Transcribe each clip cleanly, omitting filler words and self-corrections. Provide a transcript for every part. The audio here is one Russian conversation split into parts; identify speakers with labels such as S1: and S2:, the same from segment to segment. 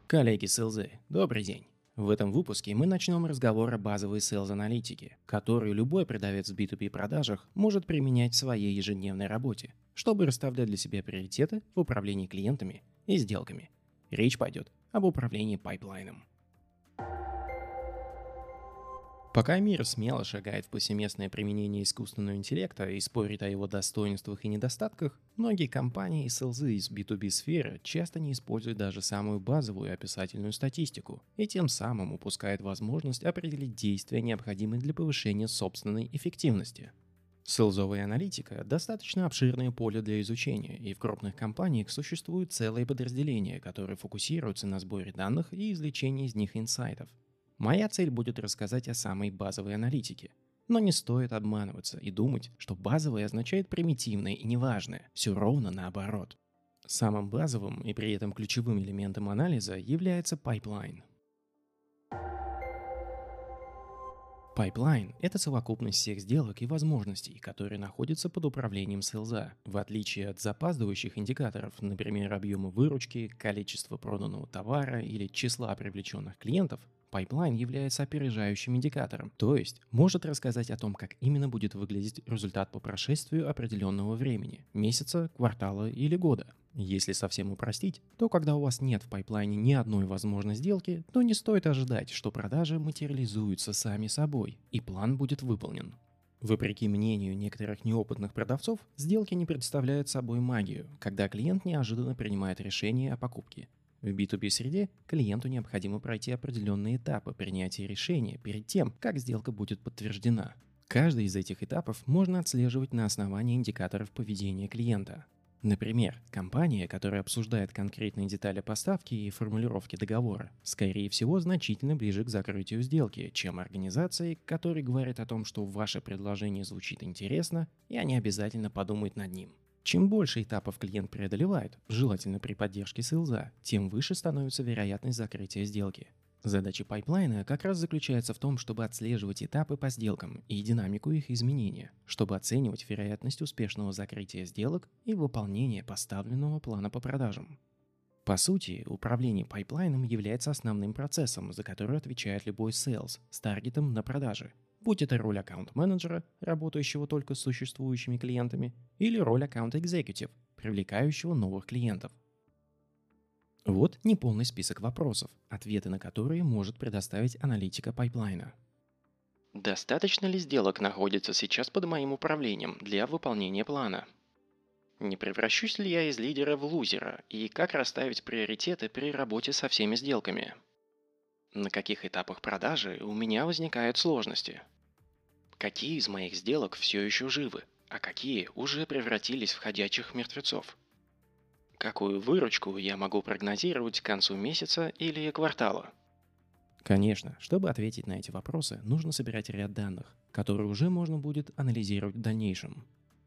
S1: Коллеги селзы, добрый день! В этом выпуске мы начнем разговор о базовой селз-аналитике, которую любой продавец в B2B продажах может применять в своей ежедневной работе, чтобы расставлять для себя приоритеты в управлении клиентами и сделками. Речь пойдет об управлении пайплайном. Пока мир смело шагает в повсеместное применение искусственного интеллекта и спорит о его достоинствах и недостатках, многие компании и селзы из B2B сферы часто не используют даже самую базовую описательную статистику и тем самым упускают возможность определить действия, необходимые для повышения собственной эффективности. Селзовая аналитика – достаточно обширное поле для изучения, и в крупных компаниях существуют целые подразделения, которые фокусируются на сборе данных и извлечении из них инсайтов. Моя цель будет рассказать о самой базовой аналитике. Но не стоит обманываться и думать, что базовое означает примитивное и неважное, все ровно наоборот. Самым базовым и при этом ключевым элементом анализа является пайплайн. Пайплайн – это совокупность всех сделок и возможностей, которые находятся под управлением селза. В отличие от запаздывающих индикаторов, например, объема выручки, количества проданного товара или числа привлеченных клиентов, пайплайн является опережающим индикатором, то есть может рассказать о том, как именно будет выглядеть результат по прошествию определенного времени – месяца, квартала или года. Если совсем упростить, то когда у вас нет в пайплайне ни одной возможной сделки, то не стоит ожидать, что продажи материализуются сами собой, и план будет выполнен. Вопреки мнению некоторых неопытных продавцов, сделки не представляют собой магию, когда клиент неожиданно принимает решение о покупке. В B2B среде клиенту необходимо пройти определенные этапы принятия решения перед тем, как сделка будет подтверждена. Каждый из этих этапов можно отслеживать на основании индикаторов поведения клиента. Например, компания, которая обсуждает конкретные детали поставки и формулировки договора, скорее всего, значительно ближе к закрытию сделки, чем организации, которые говорят о том, что ваше предложение звучит интересно, и они обязательно подумают над ним. Чем больше этапов клиент преодолевает, желательно при поддержке селза, тем выше становится вероятность закрытия сделки. Задача пайплайна как раз заключается в том, чтобы отслеживать этапы по сделкам и динамику их изменения, чтобы оценивать вероятность успешного закрытия сделок и выполнения поставленного плана по продажам. По сути, управление пайплайном является основным процессом, за который отвечает любой sales с таргетом на продажи, будь это роль аккаунт-менеджера, работающего только с существующими клиентами, или роль аккаунт-экзекутив, привлекающего новых клиентов. Вот неполный список вопросов, ответы на которые может предоставить аналитика пайплайна.
S2: Достаточно ли сделок находится сейчас под моим управлением для выполнения плана? Не превращусь ли я из лидера в лузера, и как расставить приоритеты при работе со всеми сделками? На каких этапах продажи у меня возникают сложности? Какие из моих сделок все еще живы, а какие уже превратились в ходячих мертвецов? Какую выручку я могу прогнозировать к концу месяца или квартала?
S1: Конечно, чтобы ответить на эти вопросы, нужно собирать ряд данных, которые уже можно будет анализировать в дальнейшем.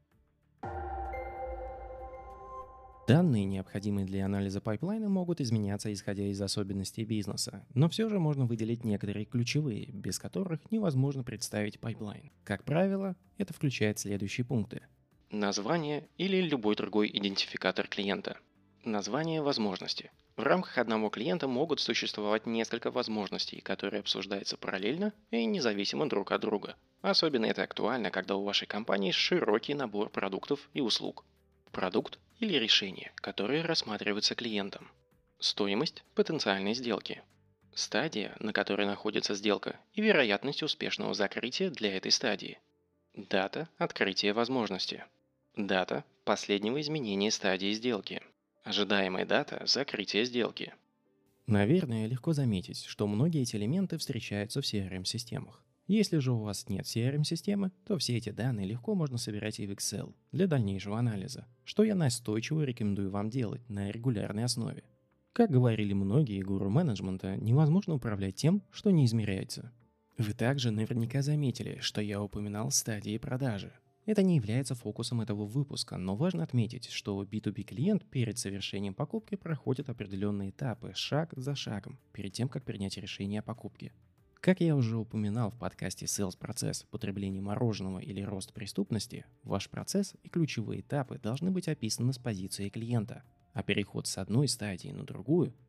S1: Данные, необходимые для анализа пайплайна, могут изменяться исходя из особенностей бизнеса, но все же можно выделить некоторые ключевые, без которых невозможно представить пайплайн. Как правило, это включает следующие пункты.
S2: Название или любой другой идентификатор клиента. Название возможности. В рамках одного клиента могут существовать несколько возможностей, которые обсуждаются параллельно и независимо друг от друга. Особенно это актуально, когда у вашей компании широкий набор продуктов и услуг. Продукт или решение, которые рассматриваются клиентом. Стоимость потенциальной сделки. Стадия, на которой находится сделка, и вероятность успешного закрытия для этой стадии. Дата открытия возможности. Дата последнего изменения стадии сделки. Ожидаемая дата закрытия сделки.
S1: Наверное, легко заметить, что многие эти элементы встречаются в CRM-системах. Если же у вас нет CRM-системы, то все эти данные легко можно собирать и в Excel для дальнейшего анализа, что я настойчиво рекомендую вам делать на регулярной основе. Как говорили многие гуру менеджмента, невозможно управлять тем, что не измеряется. Вы также наверняка заметили, что я упоминал стадии продажи. Это не является фокусом этого выпуска, но важно отметить, что B2B клиент перед совершением покупки проходит определенные этапы шаг за шагом, перед тем, как принять решение о покупке. Как я уже упоминал в подкасте Sales процесс потребления мороженого или рост преступности, ваш процесс и ключевые этапы должны быть описаны с позиции клиента, а переход с одной стадии на другую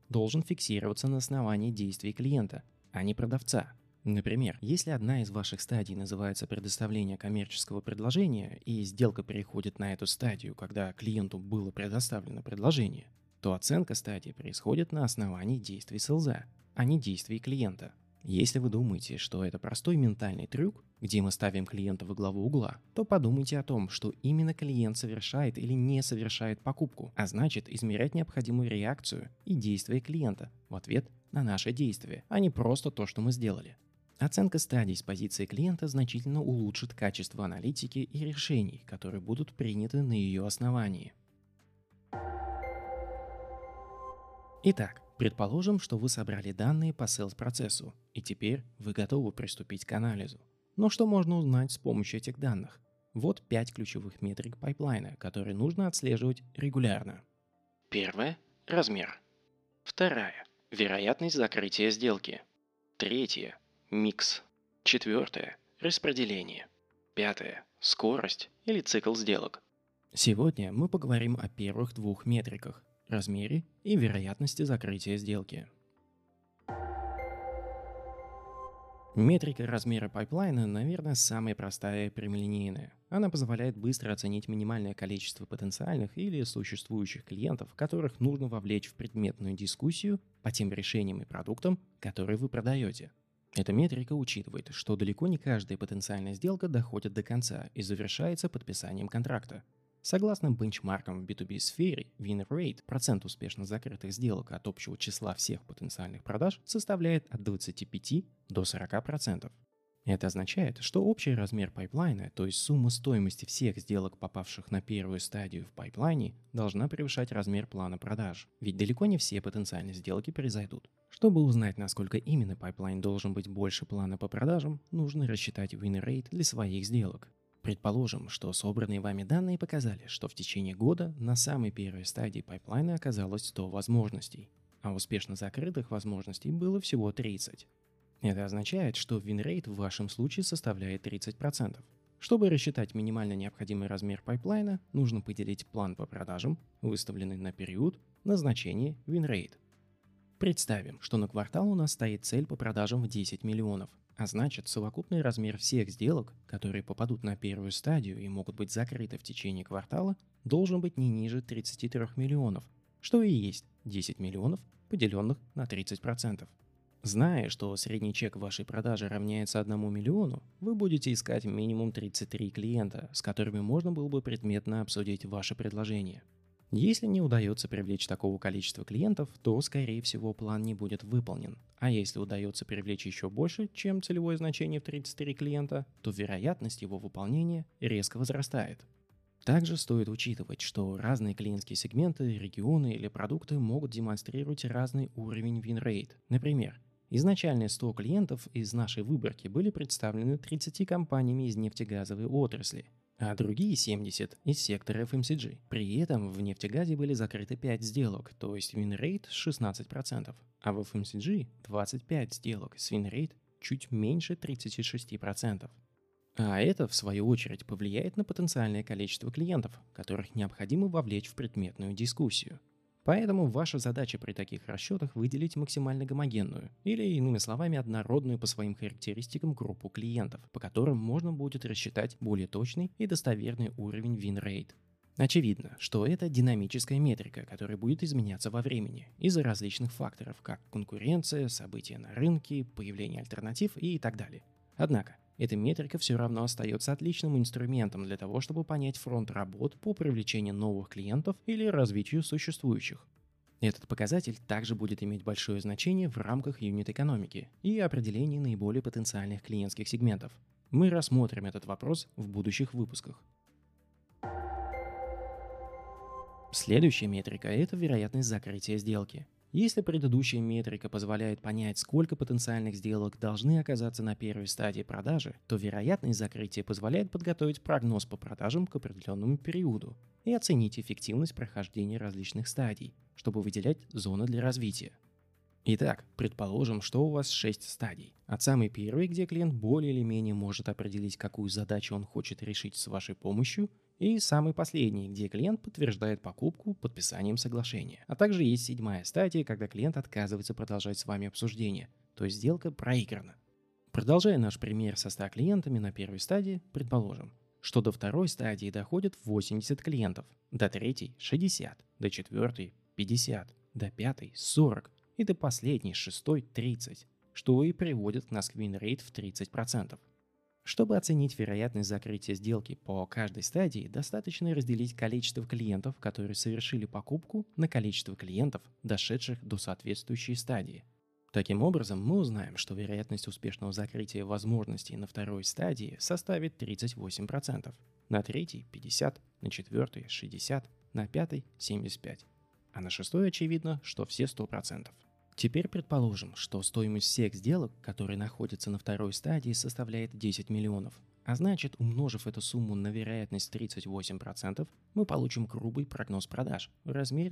S1: должен фиксироваться на основании действий клиента, а не продавца. Например, если одна из ваших стадий называется предоставление коммерческого предложения, и сделка переходит на эту стадию, когда клиенту было предоставлено предложение, то оценка стадии происходит на основании действий селза, а не действий клиента. Если вы думаете, что это простой ментальный трюк, где мы ставим клиента во главу угла, то подумайте о том, что именно клиент совершает или не совершает покупку, а значит измерять необходимую реакцию и действия клиента в ответ на наше действие, а не просто то, что мы сделали. Оценка стадий с позиции клиента значительно улучшит качество аналитики и решений, которые будут приняты на ее основании. Итак, предположим, что вы собрали данные по sales-процессу, и теперь вы готовы приступить к анализу. Но что можно узнать с помощью этих данных? Вот 5 ключевых метрик пайплайна, которые нужно отслеживать регулярно.
S2: Первое – размер. Вторая – вероятность закрытия сделки. Третье – микс. Четвертое – распределение. Пятое – скорость или цикл сделок.
S1: Сегодня мы поговорим о первых двух метриках – размере и вероятности закрытия сделки. Метрика размера пайплайна, наверное, самая простая и прямолинейная. Она позволяет быстро оценить минимальное количество потенциальных или существующих клиентов, которых нужно вовлечь в предметную дискуссию по тем решениям и продуктам, которые вы продаете. Эта метрика учитывает, что далеко не каждая потенциальная сделка доходит до конца и завершается подписанием контракта. Согласно бенчмаркам в B2B сфере, win rate, процент успешно закрытых сделок от общего числа всех потенциальных продаж, составляет от 25 до 40%. Это означает, что общий размер пайплайна, то есть сумма стоимости всех сделок, попавших на первую стадию в пайплайне, должна превышать размер плана продаж, ведь далеко не все потенциальные сделки произойдут. Чтобы узнать, насколько именно пайплайн должен быть больше плана по продажам, нужно рассчитать win rate для своих сделок. Предположим, что собранные вами данные показали, что в течение года на самой первой стадии пайплайна оказалось 100 возможностей, а успешно закрытых возможностей было всего 30. Это означает, что win rate в вашем случае составляет 30%. Чтобы рассчитать минимально необходимый размер пайплайна, нужно поделить план по продажам, выставленный на период, на значение win rate. Представим, что на квартал у нас стоит цель по продажам в 10 миллионов, а значит, совокупный размер всех сделок, которые попадут на первую стадию и могут быть закрыты в течение квартала, должен быть не ниже 33 миллионов, что и есть 10 миллионов, поделенных на 30%. Зная, что средний чек вашей продажи равняется 1 миллиону, вы будете искать минимум 33 клиента, с которыми можно было бы предметно обсудить ваше предложение. Если не удается привлечь такого количества клиентов, то, скорее всего, план не будет выполнен. А если удается привлечь еще больше, чем целевое значение в 33 клиента, то вероятность его выполнения резко возрастает. Также стоит учитывать, что разные клиентские сегменты, регионы или продукты могут демонстрировать разный уровень win rate. Например, изначальные 100 клиентов из нашей выборки были представлены 30 компаниями из нефтегазовой отрасли, а другие 70 из сектора FMCG. При этом в нефтегазе были закрыты 5 сделок, то есть win rate 16%, а в FMCG 25 сделок с win rate чуть меньше 36%. А это, в свою очередь, повлияет на потенциальное количество клиентов, которых необходимо вовлечь в предметную дискуссию. Поэтому ваша задача при таких расчетах выделить максимально гомогенную, или, иными словами, однородную по своим характеристикам группу клиентов, по которым можно будет рассчитать более точный и достоверный уровень win rate. Очевидно, что это динамическая метрика, которая будет изменяться во времени из-за различных факторов, как конкуренция, события на рынке, появление альтернатив и так далее. Однако, эта метрика все равно остается отличным инструментом для того, чтобы понять фронт работ по привлечению новых клиентов или развитию существующих. Этот показатель также будет иметь большое значение в рамках юнит-экономики и определении наиболее потенциальных клиентских сегментов. Мы рассмотрим этот вопрос в будущих выпусках. Следующая метрика – это вероятность закрытия сделки. Если предыдущая метрика позволяет понять, сколько потенциальных сделок должны оказаться на первой стадии продажи, то вероятность закрытия позволяет подготовить прогноз по продажам к определенному периоду и оценить эффективность прохождения различных стадий, чтобы выделять зоны для развития. Итак, предположим, что у вас 6 стадий. От самой первой, где клиент более или менее может определить, какую задачу он хочет решить с вашей помощью, И самый последний, где клиент подтверждает покупку подписанием соглашения. А также есть 7-я стадия, когда клиент отказывается продолжать с вами обсуждение, то есть сделка проиграна. Продолжая наш пример со 100 клиентами на первой стадии, предположим, что до второй стадии доходит 80 клиентов, до 3-й – 60, до 4-й – 50, до 5-й – 40 и до последней 6-й – 30, что и приводит нас к win-rate в 30%. Чтобы оценить вероятность закрытия сделки по каждой стадии, достаточно разделить количество клиентов, которые совершили покупку, на количество клиентов, дошедших до соответствующей стадии. Таким образом, мы узнаем, что вероятность успешного закрытия возможностей на второй стадии составит 38%, на третьей – 50%, на четвертой – 60%, на пятой – 75%, а на шестой очевидно, что все 100%. Теперь предположим, что стоимость всех сделок, которые находятся на второй стадии, составляет 10 миллионов. А значит, умножив эту сумму на вероятность 38%, мы получим грубый прогноз продаж в размере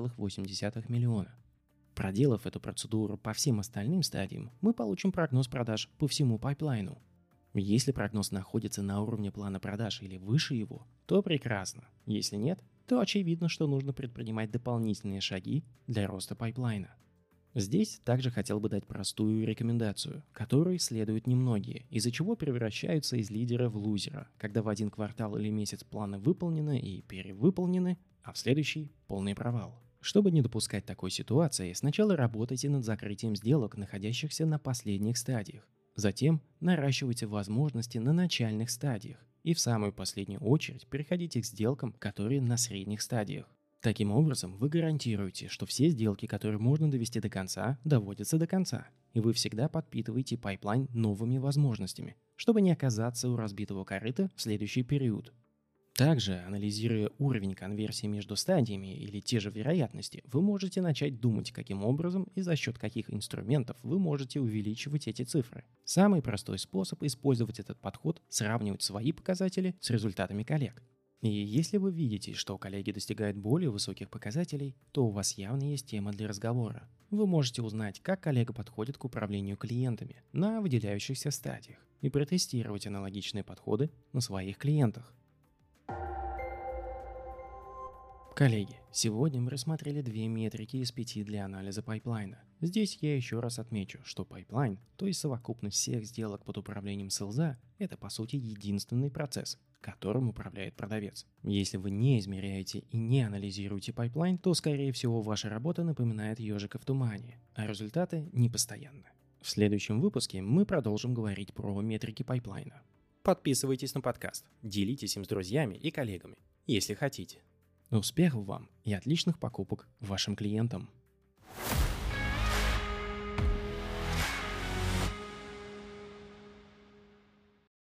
S1: 3,8 миллиона. Проделав эту процедуру по всем остальным стадиям, мы получим прогноз продаж по всему пайплайну. Если прогноз находится на уровне плана продаж или выше его, то прекрасно. Если нет, то очевидно, что нужно предпринимать дополнительные шаги для роста пайплайна. Здесь также хотел бы дать простую рекомендацию, которой следуют немногие, из-за чего превращаются из лидера в лузера, когда в один квартал или месяц планы выполнены и перевыполнены, а в следующий – полный провал. Чтобы не допускать такой ситуации, сначала работайте над закрытием сделок, находящихся на последних стадиях. Затем наращивайте возможности на начальных стадиях. И в самую последнюю очередь переходите к сделкам, которые на средних стадиях. Таким образом, вы гарантируете, что все сделки, которые можно довести до конца, доводятся до конца, и вы всегда подпитываете пайплайн новыми возможностями, чтобы не оказаться у разбитого корыта в следующий период. Также, анализируя уровень конверсии между стадиями или те же вероятности, вы можете начать думать, каким образом и за счет каких инструментов вы можете увеличивать эти цифры. Самый простой способ использовать этот подход – сравнивать свои показатели с результатами коллег. И если вы видите, что коллеги достигают более высоких показателей, то у вас явно есть тема для разговора. Вы можете узнать, как коллега подходит к управлению клиентами на выделяющихся стадиях и протестировать аналогичные подходы на своих клиентах. Коллеги, сегодня мы рассмотрели 2 метрики из 5 для анализа пайплайна. Здесь я еще раз отмечу, что пайплайн, то есть совокупность всех сделок под управлением селза, это по сути единственный процесс, которым управляет продавец. Если вы не измеряете и не анализируете пайплайн, то скорее всего ваша работа напоминает ежика в тумане, а результаты непостоянны. В следующем выпуске мы продолжим говорить про метрики пайплайна. Подписывайтесь на подкаст, делитесь им с друзьями и коллегами, если хотите. Успехов вам и отличных покупок вашим клиентам!